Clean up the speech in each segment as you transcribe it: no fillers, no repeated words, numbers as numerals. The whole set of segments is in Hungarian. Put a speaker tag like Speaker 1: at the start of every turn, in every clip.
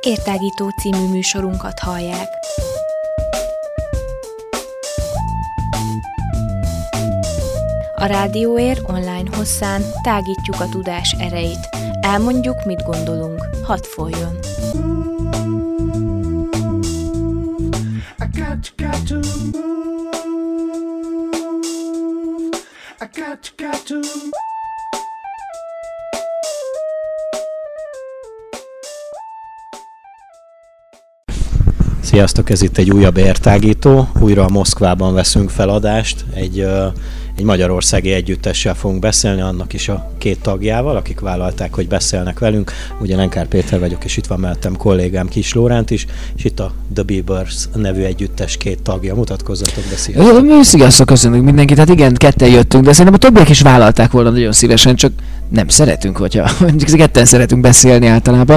Speaker 1: Értágító című műsorunkat hallják. A Rádióér online hosszán tágítjuk a tudás erejét. Elmondjuk, mit gondolunk. Hadd folyjon!
Speaker 2: Sziasztok, ez itt egy újabb értágító. Újra Moszkvában veszünk fel adást. Egy magyarországi együttessel fogunk beszélni, annak is a két tagjával, akik vállalták, hogy beszélnek velünk. Ugye Lenkár Péter vagyok, és itt van mellettem kollégám Kis Lóránt is, és itt a The Biebers nevű együttes két tagja. Mutatkozzatok be, sziasztok!
Speaker 3: Sziasztok, köszönjük mindenkit. Hát igen, ketten jöttünk, de szerintem a többiek is vállalták volna nagyon szívesen, csak nem szeretünk, hogyha ketten szeretünk beszélni általában.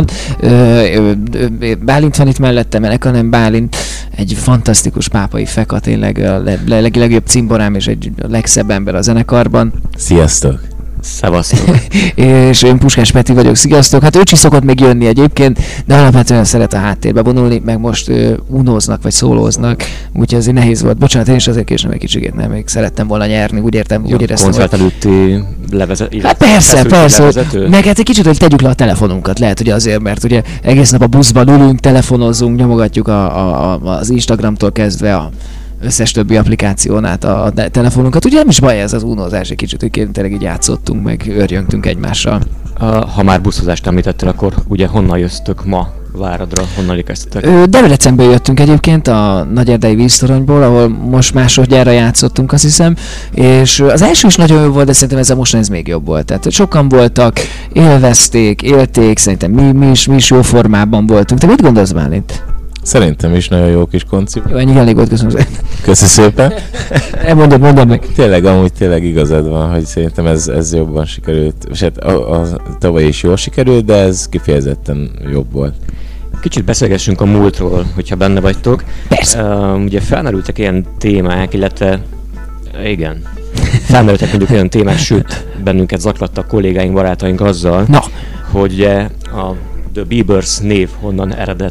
Speaker 3: Bálint van itt mellettem, Eleka nem Bálint, egy fantasztikus pápai feka, tényleg a legjobb cimborám és egy legszebb ember a zenekarban.
Speaker 4: Sziasztok!
Speaker 2: Szevasztok!
Speaker 3: És én Puskás Peti vagyok, sziasztok! Hát ő is szokott még jönni egyébként, de alapvetően szeret a háttérbe vonulni, meg most unóznak vagy szólóznak, úgyhogy azért nehéz volt. Bocsánat, én is azért késem egy kicsikét, nem, még szerettem volna nyerni, úgy éreztem,
Speaker 4: koncert előtti
Speaker 3: hát persze, meg hát egy kicsit, hogy tegyük le a telefonunkat, lehet, hogy azért, mert ugye egész nap a buszban ülünk, telefonozunk, nyomogatjuk az Instagramtól kezdve a összes többi applikáción át a telefonunkat. Ugye nem is baj ez az unózás, egy kicsit, hogy tényleg így játszottunk, meg örjöntünk egymással.
Speaker 4: Ha már buszozást említettél, akkor ugye honnan jöttök ma Váradra, honnan érkeztetek?
Speaker 3: Debrecenből jöttünk egyébként, a Nagyerdei víztoronyból, ahol most másodjára játszottunk, azt hiszem, és az első is nagyon jó volt, de szerintem ez a mostan ez még jobb volt. Tehát sokan voltak, élvezték, élték, szerintem mi is jó formában voltunk. Te mit gondolsz, Bálint?
Speaker 4: Szerintem is nagyon jó kis konci.
Speaker 3: Jó, ennyi elég volt, köszönöm szépen.
Speaker 4: Köszi szépen.
Speaker 3: Mondom meg.
Speaker 4: Tényleg igazad van, hogy szerintem ez jobban sikerült. És hát a tavaly is jól sikerült, de ez kifejezetten jobb volt.
Speaker 5: Kicsit beszélgessünk a múltról, hogyha benne vagytok.
Speaker 3: Persze.
Speaker 5: Ugye felmerültek ilyen témák, illetve igen, felmerültek mondjuk olyan témák, sőt, bennünket zaklattak kollégáink, barátaink azzal, hogy a The Biebers név honnan eredett.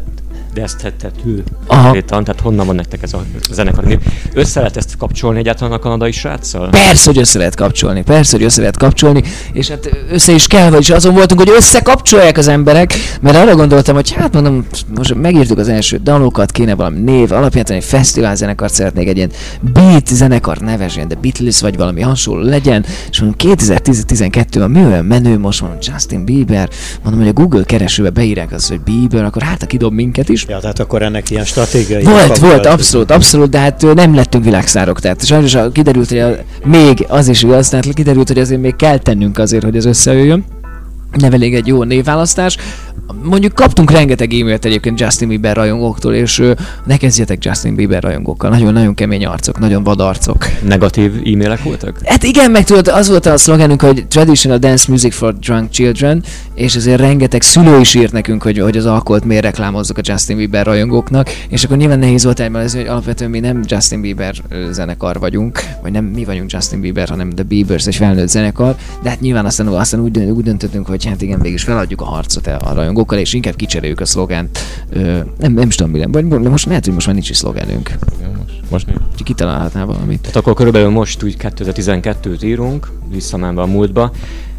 Speaker 5: Tehát honnan van nektek ez a zenekar név? Össze lehet ezt kapcsolni egyáltalán a kanadai sráccal?
Speaker 3: Persze, hogy össze lehet kapcsolni, és hát össze is kell, vagyis azon voltunk, hogy összekapcsolják az emberek, mert arra gondoltam, hogy hát mondom, most megírtuk az első dalokat, kéne valami név, alapján egy fesztivál zenekart szeretnék, egy ilyen beat zenekar neves, ilyen The Beatles vagy valami hasonló legyen, és mondom 2010-12-ben mi olyan menő, most mondom Justin Bieber, mondom, hogy a Google keresőbe beírják azt, hogy Bieber, akkor hát kidob minket is.
Speaker 2: Ja, tehát akkor ennek ilyen stratégiai...
Speaker 3: Volt, abszolút, de hát nem lettünk világszárok, tehát sajnos kiderült, hogy még az is igaz, tehát kiderült, hogy azért még kell tennünk azért, hogy ez összejöjjön. Nem elég egy jó névválasztás. Mondjuk kaptunk rengeteg e-mailt egyébként Justin Bieber rajongóktól, és ne kezdjetek Justin Bieber rajongókkal. Nagyon-nagyon kemény arcok, nagyon vad arcok.
Speaker 5: Negatív e-mailek voltak?
Speaker 3: Hát igen, meg tudod, az volt a szlogenünk, hogy Traditional Dance Music for Drunk Children, és azért rengeteg szülő is írt nekünk, hogy az alkoholt miért reklámozzuk a Justin Bieber rajongóknak, és akkor nyilván nehéz volt elmondani, hogy alapvetően mi nem Justin Bieber zenekar vagyunk, vagy nem mi vagyunk Justin Bieber, hanem The Biebers, egy felnőtt zenekar, de hát nyilván aztán úgy döntöttünk, hogy hát igen, végig feladjuk a harcot a rajongókkal, és inkább kicseréljük a szlogánt. Nem is tudom, vagy most lehet, hogy most már nincs is szlogenünk.
Speaker 4: Most nincs.
Speaker 3: Kitalálhatnál valamit.
Speaker 5: Tehát akkor körülbelül most úgy 2012-t írunk, visszamenve a múltba.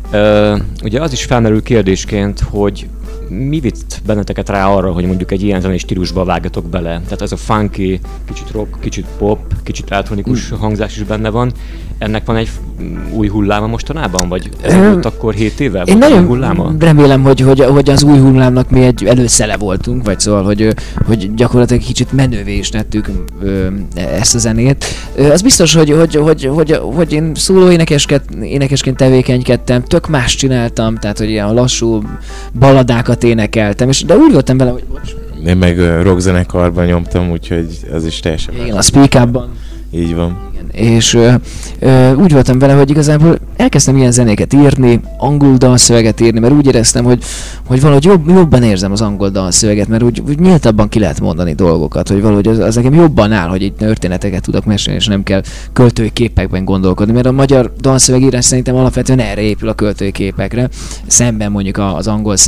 Speaker 5: Ugye az is felmerül kérdésként, hogy mi vitt benneteket rá arra, hogy mondjuk egy ilyen zenei stílusba vágjatok bele? Tehát ez a funky, kicsit rock, kicsit pop, kicsit elektronikus hangzás is benne van. Ennek van egy új hulláma mostanában? Vagy ez volt akkor 7 éve?
Speaker 3: Én nagyon remélem, hogy az új hullámnak mi egy előszele voltunk, vagy szóval, hogy gyakorlatilag kicsit menővé is tettük ezt a zenét. Az biztos, hogy én szóló énekesként tevékenykedtem, tök más csináltam, tehát hogy ilyen lassú balladákat énekeltem, de úgy voltam vele, hogy
Speaker 4: én meg rockzenekarban nyomtam, úgyhogy az is teljesen
Speaker 3: más. Igen, a Speak-Up-ban.
Speaker 4: Így van.
Speaker 3: És úgy voltam vele, hogy igazából elkezdtem ilyen zenéket írni, angol dalszöveget írni, mert úgy éreztem, hogy valahogy jobban érzem az angol dalszöveget, mert úgy nyíltabban ki lehet mondani dolgokat, hogy valahogy az nekem jobban áll, hogy itt történeteket tudok mesélni, és nem kell költői képekben gondolkodni, mert a magyar dalszövegírás szerintem alapvetően erre épül, a költői képekre, szemben mondjuk az angol száz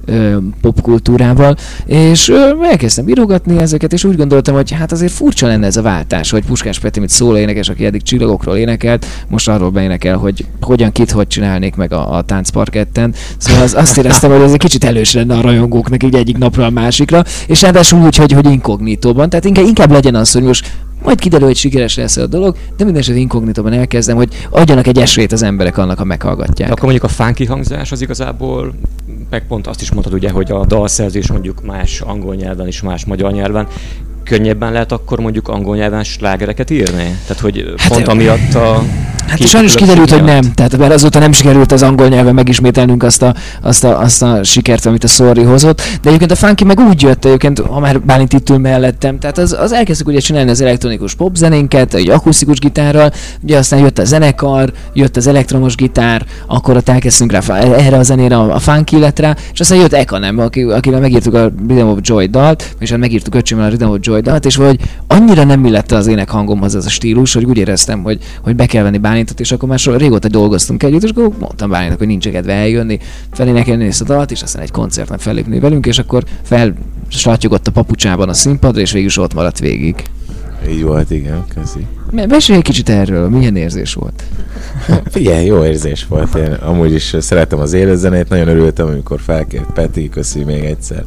Speaker 3: popkultúrával, és elkezdtem írogatni ezeket, és úgy gondoltam, hogy hát azért furcsa lenne ez a váltás, hogy Puskás Peti, mint szólóénekes, aki eddig Csillagokról énekelt, most arról beénekel, hogy hogyan hogy csinálnék meg a táncparketten. Szóval azt éreztem, hogy ez egy kicsit elős lenne a rajongóknak így egyik napról a másikra, és ráadásul úgy, hogy inkognitóban. Tehát inkább legyen az, hogy most majd kiderül, hogy sikeres lesz a dolog, de mindenesetre inkognitóban elkezdem, hogy adjanak egy esélyt az emberek annak, ha meghallgatják.
Speaker 5: De akkor mondjuk a funky hangzás az igazából, meg pont azt is mondtad ugye, hogy a dalszerzés mondjuk más angol nyelven és más magyar nyelven, könnyebben lehet akkor mondjuk angol nyelven slágereket írni? Tehát, hogy pont amiatt a...
Speaker 3: Hát sajnos kiderült, hogy nem. Tehát mert azóta nem sikerült az angol nyelven megismételnünk azt a sikert, amit a Sorry hozott. De egyébként a funky meg úgy jött, egyébként, ha már Bálint itt ül mellettem. Tehát az elkezdtük ugye csinálni az elektronikus popzenénket, egy akusztikus gitárral, ugye aztán jött a zenekar, jött az elektromos gitár, akkor ott elkezdtünk rá erre a zenére a funky lett rá, és aztán jött Ekanem, akivel megírtuk a Rhythm of Joy dalt, és hát megírtuk öcsémmel a Rhythm of Joy dalt, és valahogy annyira nem illett az énekhangomhoz ez a stílus, hogy úgy éreztem, hogy be kell venni Bálintot, és akkor már régóta dolgoztunk együtt, és akkor mondtam Bálintnak, hogy nincs kedve eljönni, felénekelni ezt a dalt, és aztán egy koncerten fellépni velünk, és akkor felslatyogott a papucsában a színpadra, és végül is ott maradt végig.
Speaker 4: Így volt, igen, köszi.
Speaker 3: Mesélj egy kicsit erről, milyen érzés volt?
Speaker 4: Figyelj, jó érzés volt. Én amúgy is szeretem az élőzenét, nagyon örültem, amikor felkért Peti, köszi még egyszer,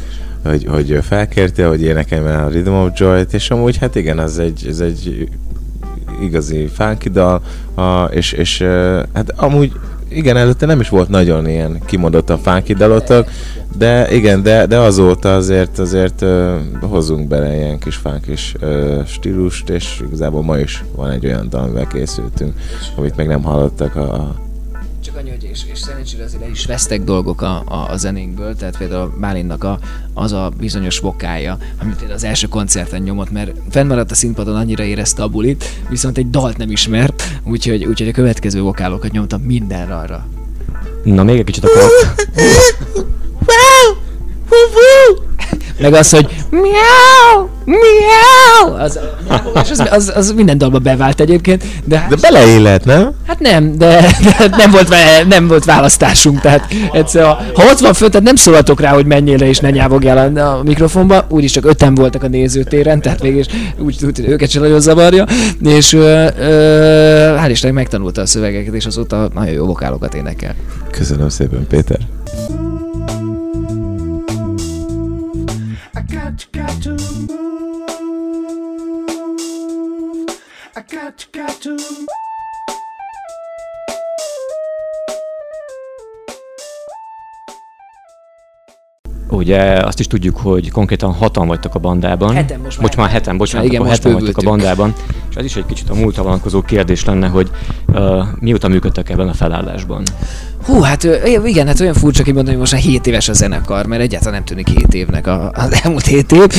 Speaker 4: hogy felkérte, hogy énekeljem el a Rhythm of Joy-t, és amúgy hát igen, ez egy igazi funky dal, és hát amúgy igen, előtte nem is volt nagyon ilyen kimondottan funky dalotok, de igen, de azóta azért hozzunk bele ilyen kis funkis stílust, és igazából ma is van egy olyan dal, amivel készültünk, amit még nem hallottak
Speaker 3: Csak annyi, hogy és szerencsére azért el is vesztek dolgok a zenénkből, tehát például Bálintnak az a bizonyos vokája, amit például az első koncerten nyomott, mert fennmaradt a színpadon, annyira érezte a bulit, viszont egy dalt nem ismert, úgyhogy a következő vokálokat nyomtam mindenre arra.
Speaker 5: Na még egy kicsit akkor...
Speaker 3: Meg az, hogy miau, miau, az minden dalba bevált egyébként. De
Speaker 4: beleillett, nem?
Speaker 3: Hát nem, de nem volt választásunk, tehát egyszer, ha ott van föl, tehát nem szólhatok rá, hogy menjél és ne nyávogjál a mikrofonba, úgyis csak 5-en voltak a nézőtéren, tehát végig úgy őket sem nagyon zavarja, és hál' Istennek megtanulta a szövegeket, és azóta nagyon jó vokálokat énekel.
Speaker 4: Köszönöm szépen, Péter.
Speaker 6: Got to move. I got to move.
Speaker 5: Ugye azt is tudjuk, hogy konkrétan 6-an vagytok a bandában.
Speaker 3: Heten most
Speaker 5: már 7-en, bocsánat,
Speaker 3: igen,
Speaker 5: akkor 7-en vagytok a bandában. És ez is egy kicsit a múltra vonatkozó kérdés lenne, hogy mióta működtek ebben a felállásban?
Speaker 3: Hú, hát igen, hát olyan furcsa kimondani, hogy most már 7 éves a zenekar, mert egyáltalán nem tűnik 7 évnek az elmúlt 7 év,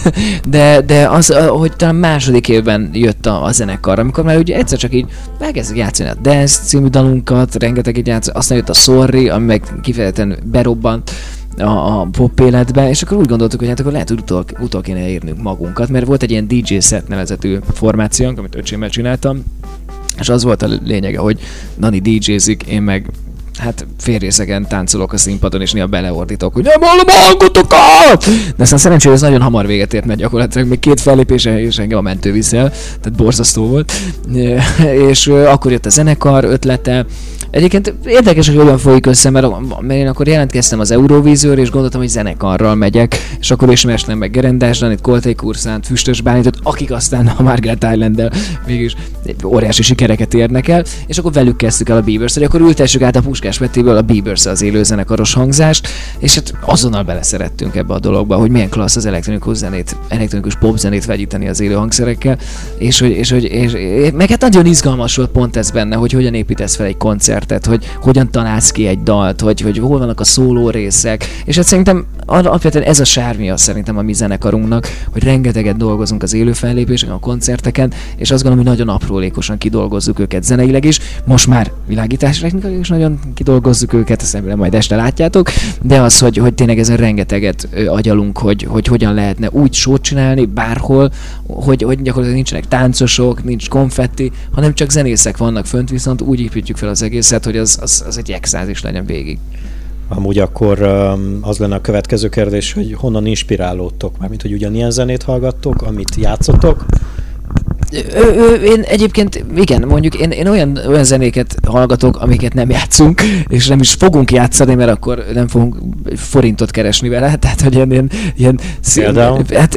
Speaker 3: de az, hogy talán második évben jött a zenekar, amikor már ugye egyszer csak így elkezdtek játszani a Dance című dalunkat, rengeteget játszani, aztán jött a Sorry, ami meg kifejezetten berobbant a pop életbe, és akkor úgy gondoltuk, hogy hát akkor lehet, hogy utol kéne érnünk magunkat, mert volt egy ilyen DJ set nevezetű formációnk, amit öcsémmel csináltam, és az volt a lényege, hogy Dani DJ-zik, én meg hát félrészegen táncolok a színpadon, és néha beleordítok, hogy nem hallom a hangotokat! De aztán szerencsére ez nagyon hamar véget ért, mert gyakorlatilag még 2 fellépése, és engem a mentő viszel, tehát borzasztó volt. És akkor jött a zenekar ötlete. Egyébként érdekes, hogy olyan folyik össze, mert én akkor jelentkeztem az Eurovízióra, és gondoltam, hogy zenekarral megyek, és akkor ismerstem meg Gerendás Danit, Koltai Kurszánt, Füstös Bálintot, akik aztán a Margaret Island-del végülis óriási sikereket érnek el, és akkor velük kezdtük el a Bieberst, hogy akkor ültessük át a Puskás Petiből a Bieberst az élő zenekaros hangzást, és hát azonnal beleszerettünk ebbe a dologba, hogy milyen klassz az elektronikus popzenét vegyíteni az élő hangszerekkel, és meg hát nagyon izgalmas volt pont ez benne, hogy hogyan építesz fel egy koncertet, hogy hogyan találsz ki egy dalt, hogy hol vannak a szóló részek, és hát szerintem alapvetően ez a sármia szerintem a mi zenekarunknak, hogy rengeteget dolgozunk az élő fellépéseken, a koncerteken, és azt gondolom, hogy nagyon aprólékosan kidolgozzuk őket zeneileg is, most már világításra is nagyon kidolgozzuk őket, ezt majd este látjátok, de az, hogy tényleg ezen rengeteget agyalunk, hogy hogyan lehetne úgy sót csinálni bárhol, hogy gyakorlatilag nincsenek táncosok, nincs konfetti, hanem csak zenészek vannak fönt, viszont úgy építjük fel az egészet, hogy az egy extázis legyen végig.
Speaker 2: Amúgy akkor az lenne a következő kérdés, hogy honnan inspirálódtok? Mármint, hogy ugyanilyen zenét hallgattok, amit játszotok?
Speaker 3: Én egyébként, igen, mondjuk én olyan zenéket hallgatok, amiket nem játszunk, és nem is fogunk játszani, mert akkor nem fogunk forintot keresni vele, tehát hogy ilyen hát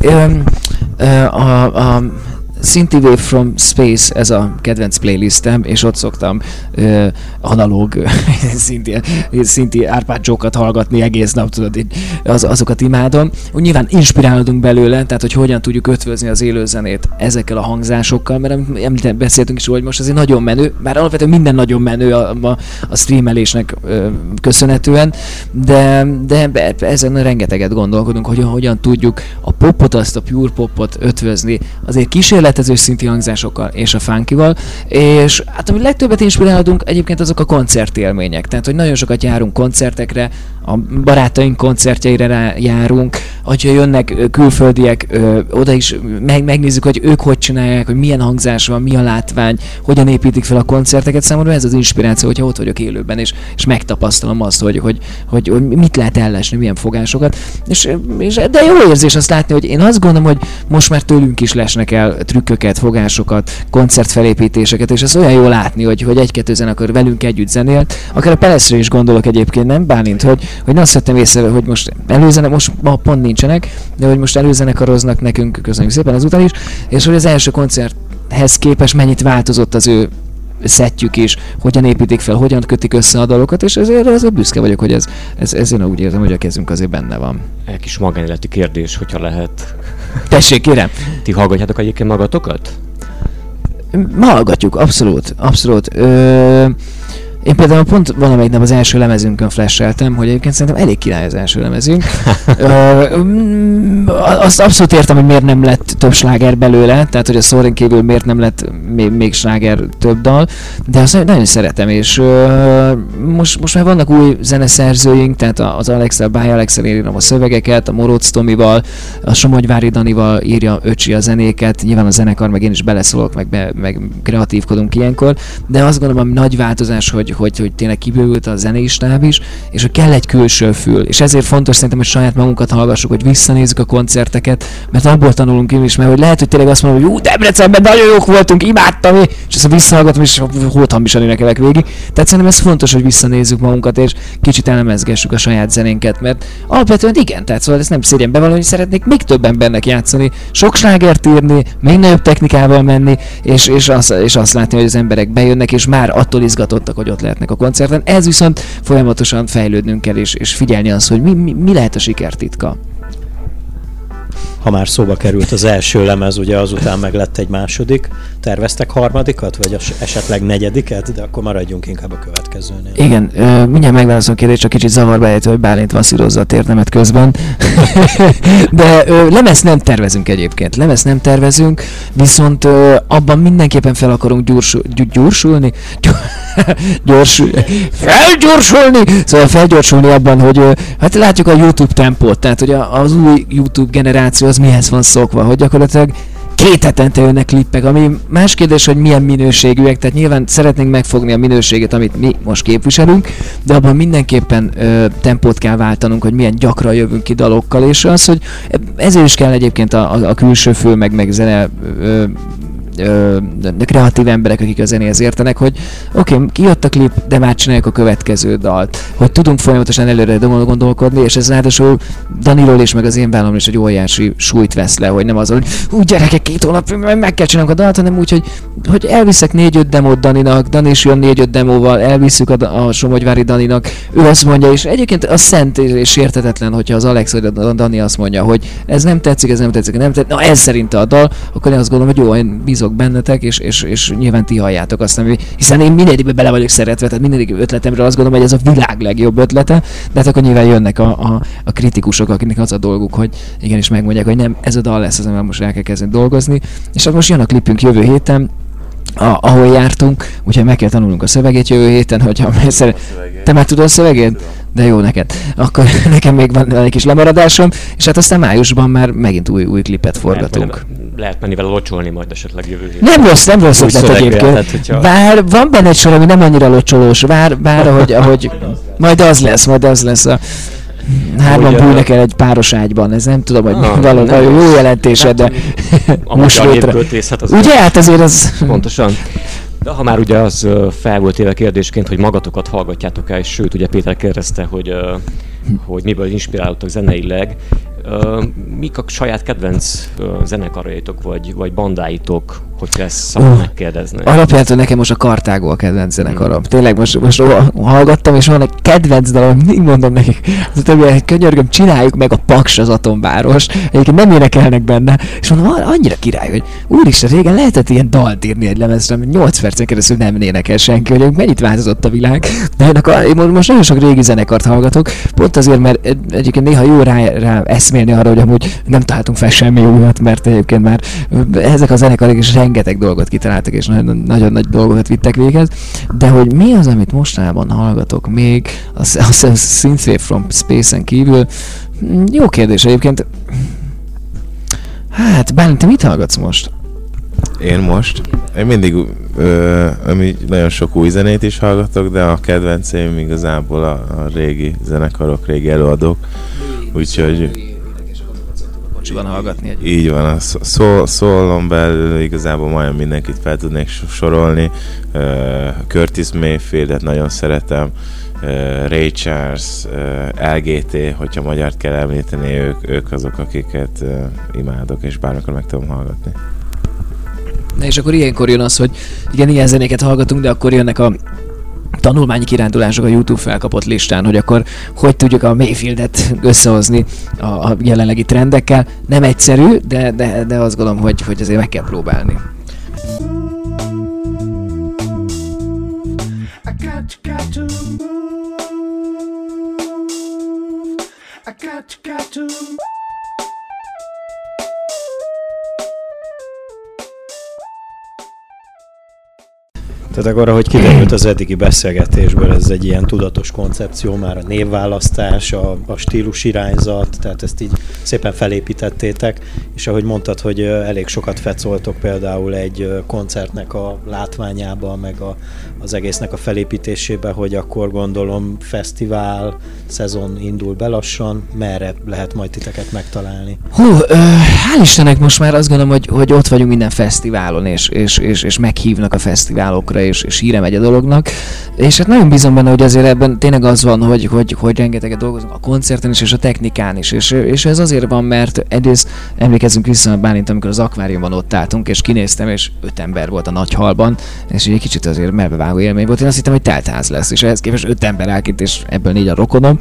Speaker 3: a Synthwave from Space, ez a kedvenc playlistem, és ott szoktam analóg szinti árpácsókat hallgatni egész nap, tudod, azokat imádom. Úgy nyilván inspirálódunk belőle, tehát hogy hogyan tudjuk ötvözni az élőzenét ezekkel a hangzásokkal, mert beszéltünk is, hogy most azért nagyon menő, bár alapvetően minden nagyon menő a streamelésnek köszönhetően, de ezen rengeteget gondolkodunk, hogy hogyan tudjuk a popot, azt a pure popot ötvözni, azért kísérletezős szinti hangzásokkal és a funkival, és hát ami legtöbbet inspirálódunk egyébként azok a koncertélmények, tehát hogy nagyon sokat járunk koncertekre, a barátaink koncertjeire járunk, hogyha jönnek külföldiek, oda is megnézzük, hogy ők hogy csinálják, hogy milyen hangzás van, mi a látvány, hogyan építik fel a koncerteket. Számomra ez az inspiráció, hogyha ott vagyok élőben, és megtapasztalom azt, hogy mit lehet ellesni, milyen fogásokat. De jó érzés azt látni, hogy én azt gondolom, hogy most már tőlünk is lesnek el trükköket, fogásokat, koncertfelépítéseket, és ez olyan jó látni, hogy egy-kettő zenekar velünk együtt zenélt. Akár a Peleszre is gondolok egyébként, nem Bálint, hogy azt vettem észre, hogy most most ma pont nincsenek, de hogy most előzenekaroznak nekünk, köszönjük szépen azután is, és hogy az első koncerthez képest mennyit változott az ő szettjük is, hogyan építik fel, hogyan kötik össze a dalokat, és ezért büszke vagyok, hogy ez én úgy érzem, hogy a kezünk azért benne van.
Speaker 5: Egy kis magánéleti kérdés, hogyha lehet.
Speaker 3: Tessék, kérem!
Speaker 5: Ti hallgatjátok egyébként magatokat?
Speaker 3: Hallgatjuk, abszolút. Én például pont valamelyik nap az első lemezünkön flasheltem, hogy egyébként szerintem elég király az első lemezünk. Azt abszolút értem, hogy miért nem lett több sláger belőle, tehát hogy a Soaring kívül miért nem lett még sláger több dal, de azt nagyon szeretem, és most már vannak új zeneszerzőink, tehát az Alex-el, Báj Alex-el írom a szövegeket, a Moróc Tomival, a Somogyvári Danival írja Öcsi a zenéket, nyilván a zenekar, meg én is beleszólok, meg kreatívkodunk ilyenkor, de azt gondolom, hogy nagy változás, hogy tényleg kibővült a zenei stáb is, és hogy kell egy külső fül. És ezért fontos szerintem, hogy saját magunkat hallgassuk, hogy visszanézzük a koncerteket, mert abból tanulunk én is, mert hogy lehet, hogy tényleg azt mondom, hogy Debrecenben nagyon jók voltunk, imádtam, és ezt visszahallgatom, és hóthambisan énekelek végig. Tehát szerintem ez fontos, hogy visszanézzük magunkat, és kicsit elemezgessük a saját zenénket, mert alapvetően igen, tehát szóval ez nem szégyen bevallani, hogy szeretnék még több embernek játszani, sok slágert írni, még nagyobb technikával menni, és azt látni, hogy az emberek bejönnek, és már attól izgatottak, hogy ott lehetnek a koncerten. Ez viszont folyamatosan fejlődnünk kell, és figyelni azt, hogy mi lehet a sikertitka.
Speaker 2: Ha már szóba került az első lemez, ugye azután meg lett egy második. Terveztek harmadikat, vagy esetleg negyediket, de akkor maradjunk inkább a következőnél.
Speaker 3: Igen, mindjárt megválaszolom a kérdést, csak kicsit zavarba ejtő, hogy Bálint masszírozza a térdemet közben. De lemez nem tervezünk egyébként. Lemez nem tervezünk, viszont abban mindenképpen fel akarunk gyorsulni. Szóval felgyorsulni abban, hogy hát látjuk a YouTube tempót, tehát hogy az új YouTube generáció az mihez van szokva, hogy gyakorlatilag 2 hetente jönnek klippek, ami más kérdés, hogy milyen minőségűek, tehát nyilván szeretnénk megfogni a minőséget, amit mi most képviselünk, de abban mindenképpen tempót kell váltanunk, hogy milyen gyakran jövünk ki dalokkal, és az, hogy ezért is kell egyébként a külső fő, meg zene de kreatív emberek, akik a zenéhez értenek, hogy oké, kijött a klip, de már csináljuk a következő dalt, hogy tudunk folyamatosan előre gondolkodni, és ez ráadásul Daniról és meg az én vállalom is egy óriási súlyt vesz le, hogy nem az, hogy gyerekek, 2 hónap meg kell csinálnunk a dalt, hanem úgy, hogy elviszek 4-5 demót Daninak, Dani is jön 4-5 demóval, elviszük a Somogyvári Daninak, ő azt mondja, és egyébként az szent és érthetetlen, hogyha az Alex vagy a Dani azt mondja, hogy ez nem tetszik, na ez szerint a dal, akkor én azt gondolom, hogy jó, én bízok bennetek, és nyilván ti halljátok azt, hiszen én mindegyikbe bele vagyok szeretve, tehát mindegyik ötletemről azt gondolom, hogy ez a világ legjobb ötlete, de hát akkor nyilván jönnek a kritikusok, akiknek az a dolguk, hogy igenis megmondják, hogy nem, ez a dal lesz, azon most el kell kezdeni dolgozni, és hát most jön a klipünk jövő héten, ahol jártunk, úgyhogy meg kell tanulnunk a szövegét jövő héten, hogyha te már tudod a szövegét? De jó neked. Akkor nekem még van egy kis lemaradásom, és hát aztán májusban már megint új klipet forgatunk.
Speaker 5: lehet menni vele locsolni majd esetleg jövő héten.
Speaker 3: Nem rossz
Speaker 5: Új
Speaker 3: ötlet
Speaker 5: szövegre,
Speaker 3: egyébként.
Speaker 5: tehát, hogyha-
Speaker 3: Bár van benne egy sor, ami nem annyira locsolós. Vár ahogy majd az lesz a hárman
Speaker 5: Hogy,
Speaker 3: bújnak el egy páros ágyban. Ez nem tudom, hogy
Speaker 5: nem
Speaker 3: valami jó
Speaker 5: rossz.
Speaker 3: jelentése, de
Speaker 5: A
Speaker 3: most
Speaker 5: magyar
Speaker 3: létre.
Speaker 5: népköltészet az...
Speaker 3: Ugye, hát azért az...
Speaker 5: Pontosan. De ha már ugye az fel volt éve kérdésként, hogy magatokat hallgatjátok el, és sőt, ugye Péter kérdezte, hogy miből inspirálódtak zeneileg. Mik a saját kedvenc zenekarjaitok, vagy bandáitok, hogyha ezt szabad megkérdezni?
Speaker 3: Alapjától nekem most a Kartágó a kedvenc zenekarom. Tényleg most hallgattam, és van egy kedvenc dalom, mindig mondom nekik, az többi, könyörgöm, csináljuk meg a Paks az Atomváros. Egyébként nem énekelnek benne, és mondom, annyira király, hogy úristen, régen lehetett ilyen dalt írni egy lemezre, 8 percen keresztül nem énekel senki, hogy mennyit változott a világ. De én most nagyon sok régi zenekart hallgatok, pont azért, mert egyébként néha jó rá eszmélni arra, hogy amúgy nem találtunk fel semmi újat, mert egyébként már ezek a zenekarok is rengeteg dolgot kitaláltak, és nagyon nagy dolgokat vittek véghez. De hogy mi az, amit mostanában hallgatok még, a Synthwave from Space-en kívül, jó kérdés egyébként. Hát, Bálint, te mit hallgatsz most?
Speaker 4: Én most? Én mindig nagyon sok új zenét is hallgatok, de a kedvenceim igazából a régi zenekarok, régi előadók. Úgyhogy
Speaker 3: Kocsiban hallgatni egy.
Speaker 4: így van, a szólon belül igazából majdnem mindenkit fel tudnék sorolni. Curtis Mayfieldet nagyon szeretem, Ray Charles, LGT, hogyha magyart kell említeni, ők azok, akiket imádok, és bármikor meg tudom hallgatni.
Speaker 3: Na és akkor ilyenkor jön az, hogy igen, ilyen zenéket hallgatunk, de akkor jönnek a tanulmányi kirándulások a YouTube felkapott listán, hogy akkor hogy tudjuk a Mayfieldet összehozni a jelenlegi trendekkel. Nem egyszerű, de azt gondolom, hogy azért meg kell próbálni.
Speaker 6: I got to move. I got to.
Speaker 2: Tehát akkor, ahogy kiderült az eddigi beszélgetésből, ez egy ilyen tudatos koncepció, már a névválasztás, a stílus irányzat, tehát ezt így szépen felépítettétek, és ahogy mondtad, hogy elég sokat fecoltok például egy koncertnek a látványába, meg az egésznek a felépítésébe, hogy akkor gondolom fesztivál szezon indul be lassan, merre lehet majd titeket megtalálni?
Speaker 3: Hál' Istennek most már azt gondolom, hogy ott vagyunk minden fesztiválon, és meghívnak a fesztiválokra, és híre megy a dolognak. És hát nagyon bízom benne, hogy azért ebben tényleg az van, hogy rengeteget dolgozunk a koncerten is, és a technikán is. És ez azért van, mert egyrészt emlékezzünk vissza, Bálint, amikor az akváriumban ott álltunk, és kinéztem, és 5 ember volt a nagy halban, és egy kicsit azért melbevágó élmény volt. Én azt hittem, hogy teltház lesz, és ehhez képest 5 ember áll itt, és ebből 4 a rokonom,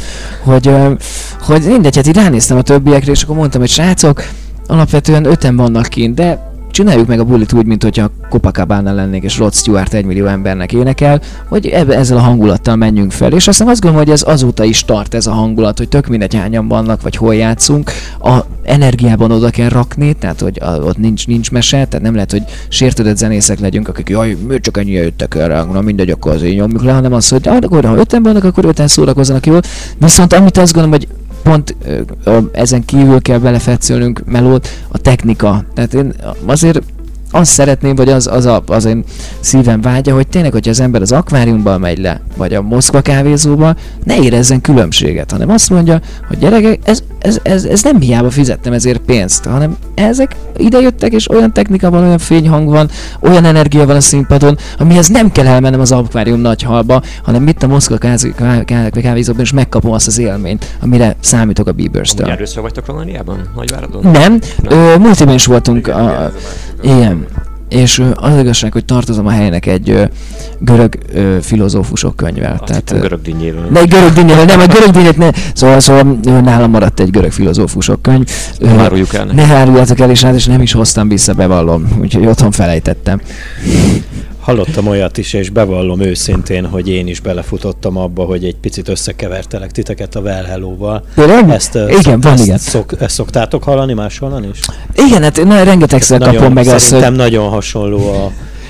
Speaker 3: hogy mindegy, hát így ránéztem a többiekre, és akkor mondtam, hogy srácok, alapvetően 5-en vannak kint, de csináljuk meg a bulit úgy, mint hogyha Copacabana lennénk, és Rod Stewart 1 millió embernek énekel, hogy ezzel a hangulattal menjünk fel. És aztán azt gondolom, hogy ez azóta is tart ez a hangulat, hogy tök mindegy hányan vannak, vagy hol játszunk. A energiában oda kell rakni, tehát hogy ott nincs mese, tehát nem lehet, hogy sértődött zenészek legyünk, akik jaj, miért csak ennyire jöttek erre, na mindegy, akkor azért nyomjuk le, hanem az, hogy akkor, ha 5-en vannak, akkor 5-en szórakozzanak jól. Viszont amit azt gondolom, hogy pont ezen kívül kell belefetszölnünk melót, a technika. Tehát én azért azt szeretném, vagy az én szívem vágya, hogy tényleg, hogyha az ember az akváriumban megy le, vagy a Moszkva kávézóba, ne érezzen különbséget, hanem azt mondja, hogy gyerekek, ez nem hiába fizettem ezért pénzt, hanem ezek idejöttek, és olyan technika van, olyan fényhang van, olyan energia van a színpadon, amihez nem kell elmennem az akvárium nagy halba, hanem itt a Moszkva kávézóban is megkapom azt az élményt, amire számítok a Bieberstől.
Speaker 5: Először vagytok Romániában? Nagyváradon?
Speaker 3: Nem, múltében is voltunk ilyen. És az igazság, hogy tartozom a helynek egy görög filozófusok könyvvel.
Speaker 5: Tehát görög dinnyéről.
Speaker 3: Ne, görög dinnyéről, nem, a görög dinnyét ne. Szóval nálam maradt egy görög filozófusok könyv.
Speaker 5: Ne áruljuk el.
Speaker 3: Ne áruljátok el, és nem is hoztam vissza, bevallom. Úgyhogy otthon felejtettem.
Speaker 2: Hallottam olyat is, és bevallom őszintén, hogy én is belefutottam abba, hogy egy picit összekevertelek titeket a Well Hello-val.
Speaker 3: Igen, van, igen.
Speaker 2: Ezt szoktátok hallani máshonnan is?
Speaker 3: Igen, hát rengetegszer kapom meg azt, hogy...
Speaker 2: Szerintem nagyon hasonló a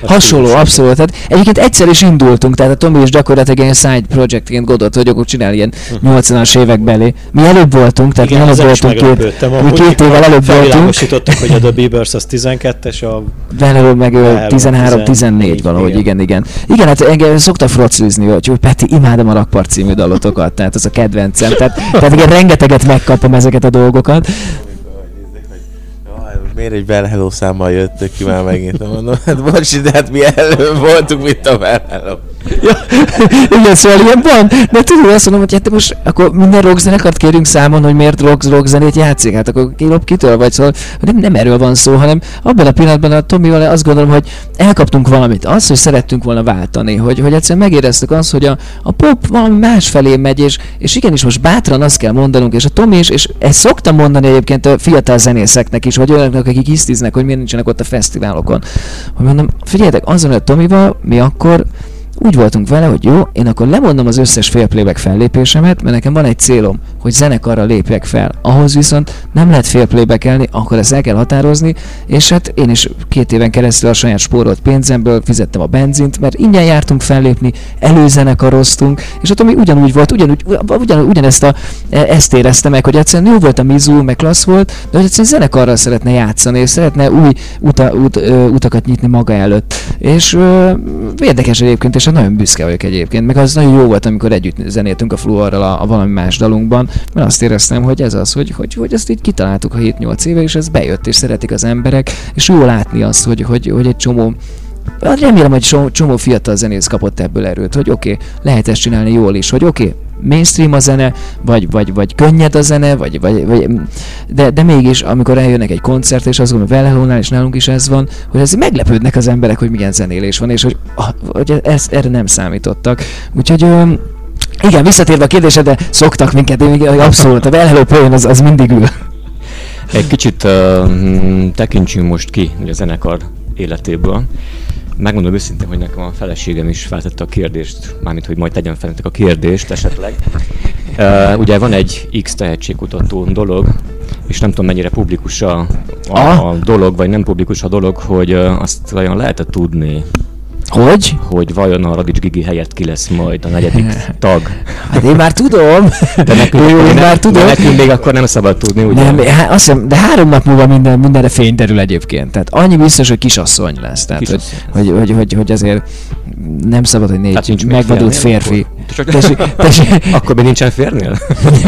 Speaker 3: Hasonló, abszolút. Tehát egyébként egyszer is indultunk, tehát a Tomi is gyakorlatilag ilyen side projectként gondolt, hogy akkor csinál ilyen 80-as évek belé. Mi előbb voltunk, tehát
Speaker 2: igen,
Speaker 3: mi előbb voltunk két évvel előbb voltunk.
Speaker 2: Felvilágosítottak, hogy a The Beavers az 12-es, a
Speaker 3: Venelő meg 13-14 valahogy, igen. Igen, hát engem szoktak froclizni, hogy Peti, imádom a Rakpart című dalotokat, tehát ez a kedvencem. Tehát igen, rengeteget megkapom ezeket a dolgokat.
Speaker 4: Miért egy Well Hello számmal jöttök ki már megint? Mondom, hát bocsi, de hát mi előbb voltunk, mint a Well Hello.
Speaker 3: Ja, igen, szóval ilyen van, de tudod, azt mondom, hogy hát most akkor minden rockzenekart kérünk számon, hogy miért rock zenét játszik, hát akkor kitől vagy, szóval nem erről van szó, hanem abban a pillanatban a Tomival azt gondolom, hogy elkaptunk valamit, azt, hogy szerettünk volna váltani, hogy egyszerűen megéreztük azt, hogy a pop valami más felé megy, és igenis most bátran azt kell mondanunk, és a Tomi is, és ezt szoktam mondani egyébként a fiatal zenészeknek is, vagy olyanoknak, akik hisztiznek, hogy miért nincsenek ott a fesztiválokon. Hogy mondom, figyeljetek, azon a Tomival mi akkor úgy voltunk vele, hogy jó, én akkor lemondom az összes félplayback fellépésemet, mert nekem van egy célom, hogy zenekarra lépjek fel. Ahhoz viszont nem lehet félplaybackelni, akkor ezt el kell határozni, és hát én is 2 éven keresztül a saját spórolt pénzemből fizettem a benzint, mert ingyen jártunk fellépni, előzenekaroztunk, és ott ami ugyanúgy volt, ugyanezt ezt éreztem meg, hogy egyszerűen jó volt a Mizu, meg klassz volt, de hogy egyszerűen zenekarral szeretne játszani, és szeretne új utakat nyitni maga előtt. És érdekes egyébként, és nagyon büszke vagyok egyébként, meg az nagyon jó volt, amikor együtt zenéltünk a Fluorral a valami más dalunkban, mert azt éreztem, hogy ez az, hogy ezt így kitaláltuk a 7-8 éve, és ez bejött, és szeretik az emberek, és jó látni azt, hogy egy csomó, remélem, hogy csomó fiatal zenész kapott ebből erőt, hogy oké, lehet ezt csinálni jól is, hogy oké, mainstream a zene, vagy könnyed a zene, de mégis, amikor eljönnek egy koncert, és azt gondolom, hogy Well Hello-nál és nálunk is ez van, hogy ezért meglepődnek az emberek, hogy milyen zenélés van, és hogy erre nem számítottak. Úgyhogy igen, visszatérve a kérdésedre, szoktak minket, abszolút, a Well Hello poén az mindig ül.
Speaker 5: Egy kicsit tekintsünk most ki a zenekar életéből. Megmondom őszintén, hogy nekem a feleségem is feltette a kérdést, mármint, hogy majd tegyen fel a kérdést esetleg. Ugye van egy X tehetségkutató dolog, és nem tudom mennyire publikus a dolog, vagy nem publikus a dolog, hogy azt vajon lehet tudni, hogy vajon a Radics Gigi helyett ki lesz majd a 4. tag.
Speaker 3: Hát én már tudom.
Speaker 5: De nekünk még akkor nem szabad tudni, ugye?
Speaker 3: Nem, hát azt hiszem, de 3 nap múlva mindenre fény derül egyébként. Tehát annyi biztos, hogy kisasszony lesz. Tehát, hogy azért nem szabad, hogy 4 megvadult férfi.
Speaker 5: Akkor még nincsen férnél?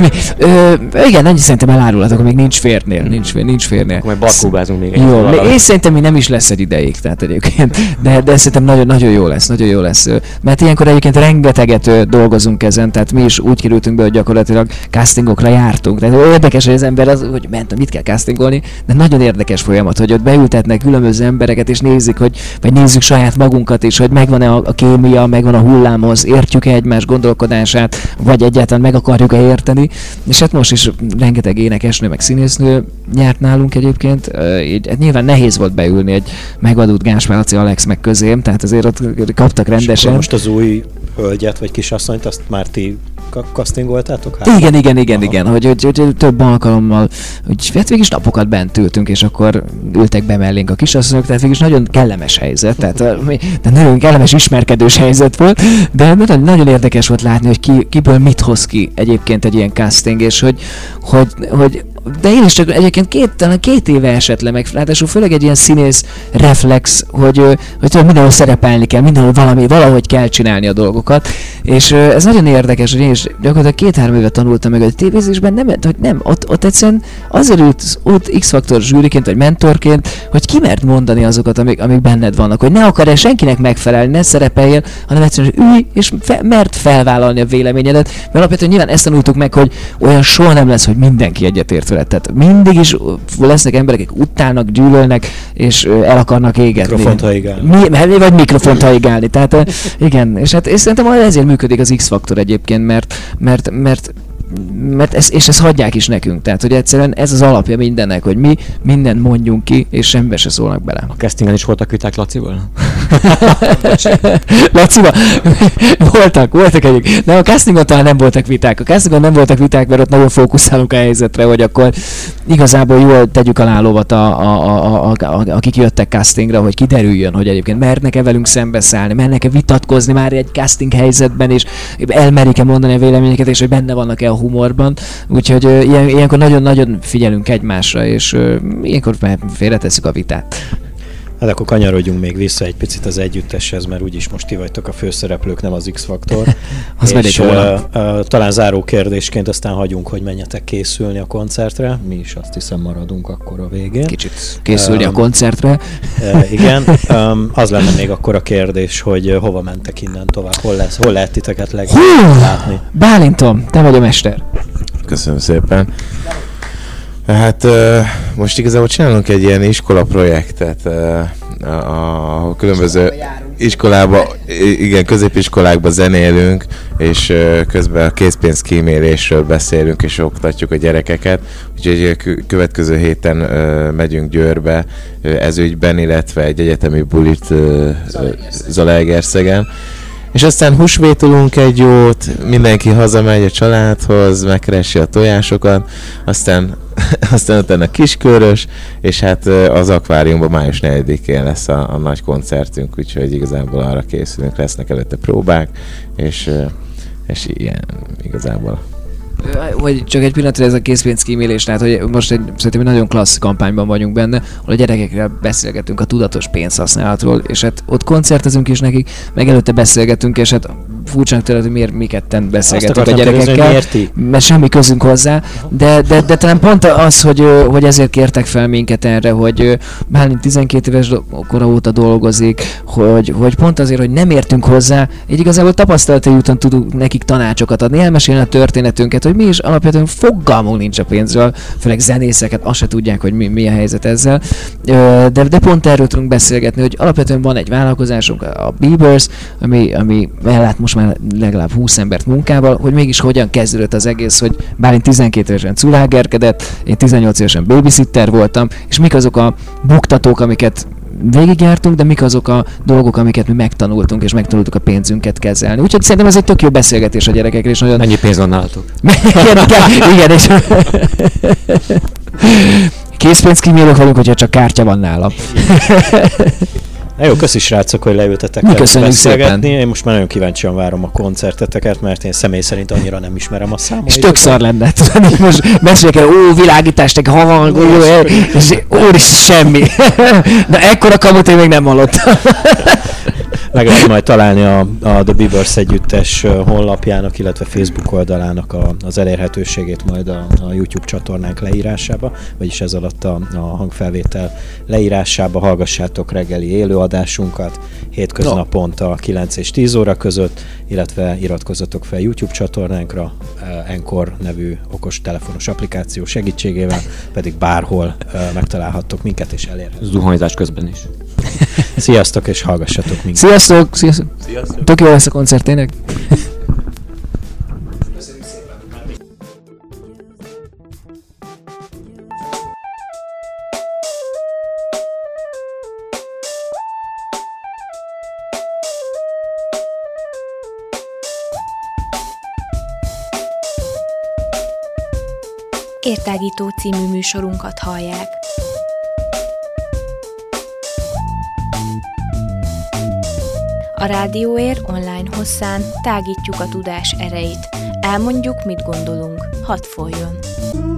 Speaker 3: Igen, annyi szerintem elárulhat, akkor még nincs férnél. Nincs férnél.
Speaker 5: Akkor majd barkóbázunk még egy.
Speaker 3: Jó, és szerintem még nem is lesz egy ideig, tehát egyébként. De szerintem nagyon jó lesz. Mert ilyenkor egyébként rengeteget dolgozunk ezen, tehát mi is úgy kerültünk be, hogy gyakorlatilag castingokra jártunk. Tehát érdekes, hogy az ember hogy mit kell castingolni, de nagyon érdekes folyamat, hogy ott beültetnek különböző embereket, és nézik, vagy nézzük saját magunkat is, hogy megvan-e a kémia, megvan a hullámhoz, értjük-e egymás gondolkodását, vagy egyáltalán meg akarjuk-e érteni. És hát most is rengeteg énekesnő, meg színésznő nyert nálunk egyébként. Hát nyilván nehéz volt beülni egy megvadult Gáspár Laci, Alex meg közém, tehát azért ott kaptak rendesen.
Speaker 2: Most az új hölgyet vagy kisasszonyt, azt már ti castingoltátok?
Speaker 3: Igen, hogy több alkalommal, hogy hát végig is napokat bent ültünk, és akkor ültek be mellénk a kisasszonyok, tehát végig is nagyon kellemes helyzet, tehát nagyon kellemes ismerkedős helyzet volt, de nagyon érdekes volt látni, hogy kiből mit hoz ki egyébként egy ilyen casting, és hogy de én is csak egyébként talán 2 éve esett le meg, ráadásul főleg egy ilyen színész reflex, hogy mindenhol szerepelni kell, mindenhol valahogy kell csinálni a dolgokat, és ez nagyon érdekes, hogy én is gyakorlatilag 2-3 éve tanultam meg, hogy a tévézésben ott egyszerűen azért ült ott X-faktor zsűriként, vagy mentorként, hogy ki mert mondani azokat, amik benned vannak, hogy ne akar-e senkinek megfelelni, ne szerepeljél, hanem egyszerűen ülj, és mert felvállalni a véleményedet, mert alapvetően nyilván ezt tanultuk meg, hogy olyan soha nem lesz, hogy mindenki egyetért vele. Tehát mindig is lesznek emberek, akik utálnak, gyűlölnek, és el akarnak égetni.
Speaker 2: Mikrofont haigálni.
Speaker 3: Vagy mikrofont haigálni. Tehát igen, és hát és szerintem ezért működik az X-faktor egyébként, mert és ezt hagyják is nekünk. Tehát, hogy egyszerűen ez az alapja mindennek, hogy mi mindent mondjunk ki, és semmibe se szólnak bele.
Speaker 5: A castingen is voltak viták Lacival?
Speaker 3: Lacival? voltak egyik. De a castingon talán nem voltak viták. A castingon nem voltak viták, mert ott nagyon fókuszálunk a helyzetre, hogy akkor igazából jól tegyük alá lovat akik jöttek castingra, hogy kiderüljön, hogy egyébként mernek-e velünk szembeszállni, mernek-e vitatkozni már egy casting helyzetben, és elmerik-e mondani a véleményeket, és hogy benne vannak-e a humorban. Úgyhogy ilyenkor nagyon-nagyon figyelünk egymásra, és ilyenkor félretesszük a vitát.
Speaker 2: Hát akkor kanyarodjunk még vissza egy picit az együtteshez, mert úgyis most ti vagytok a főszereplők, nem az X-faktor. És talán záró kérdésként aztán hagyunk, hogy menjetek készülni a koncertre. Mi is azt hiszem maradunk akkor a végén.
Speaker 3: Kicsit készülni a koncertre.
Speaker 2: Igen. Az lenne még akkor a kérdés, hogy hova mentek innen tovább, hol lehet titeket látni? Bálintom,
Speaker 3: te vagy a mester.
Speaker 4: Köszönöm szépen. Hát most igazából csinálunk egy ilyen iskola projektet a különböző iskolába, igen, középiskolákba zenélünk, és közben a készpénzkímélésről beszélünk, és oktatjuk a gyerekeket. Úgyhogy következő héten megyünk Győrbe ez ügyben, illetve egy egyetemi bulit Zalaegerszegen. És aztán húsvétolunk egy jót, mindenki hazamegy a családhoz, megkeresi a tojásokat, aztán utána Kiskörös, és hát az akváriumban május 4-én lesz a nagy koncertünk, úgyhogy igazából arra készülünk, lesznek előtte próbák, és ilyen igazából.
Speaker 3: Hogy csak egy pillanatra ez a készpénzkímélés, tehát hogy most szerintem egy nagyon klassz kampányban vagyunk benne, ahol a gyerekekkel beszélgetünk a tudatos pénzhasználatról, és hát ott koncertezünk is nekik, meg előtte beszélgetünk, és hát furcsának tőle, hogy mi ketten beszélgetünk a gyerekekkel, mert semmi közünk hozzá, de talán pont az, hogy ezért kértek fel minket erre, hogy Bálint 12 éves kora óta dolgozik, hogy pont azért, hogy nem értünk hozzá, így igazából tapasztalati úton tudunk nekik tanácsokat adni, elmesélni a történetünket, hogy mi is alapvetően fogalmunk nincs a pénzről, főleg zenészeket, azt se tudják, hogy mi a helyzet ezzel, de pont erről tudunk beszélgetni, hogy alapvetően van egy vállalkozásunk, a Beavers, ami ellát most már legalább 20 embert munkával, hogy mégis hogyan kezdődött az egész, hogy Bálint 12 évesen culágerkedett, én 18 évesen babysitter voltam, és mik azok a buktatók, amiket végigjártunk, de mik azok a dolgok, amiket mi megtanultunk, és megtanultuk a pénzünket kezelni. Úgyhogy szerintem ez egy tök jó beszélgetés a gyerekekre, és nagyon...
Speaker 5: Mennyi pénz van nálatok?
Speaker 3: igen, és... Készpénzkímélők vagyunk, hogyha csak kártya van nálam.
Speaker 2: Jó, köszi srácok, hogy leültetek velünk beszélgetni. Szépen. Én most már nagyon kíváncsian várom a koncerteteket, mert én személy szerint annyira nem ismerem a számot.
Speaker 3: És tök szar lenne, tudod, most beszéljük el, világítás, havangoló, és úristen, semmi. De ekkora kamut én még nem hallottam.
Speaker 2: Meg lehet majd találni a The Beavers együttes honlapjának, illetve Facebook oldalának az elérhetőségét majd a YouTube csatornánk leírásába, vagyis ez alatt a hangfelvétel leírásába. Hallgassátok reggeli élőadásunkat hétköznaponta 9 és 10 óra között, illetve iratkozzatok fel YouTube csatornánkra, Encore nevű okos telefonos applikáció segítségével, pedig bárhol megtalálhattok minket és elérhetőt.
Speaker 5: Zuhanyzás közben is.
Speaker 2: Sziasztok, és hallgassatok minket.
Speaker 3: Sziasztok! Tök jó lesz a koncert, tényleg. Köszönjük szépen.
Speaker 1: Értágító című műsorunkat hallják. A Rádióér online hosszán tágítjuk a tudás erejét. Elmondjuk, mit gondolunk. Hadd folyjon!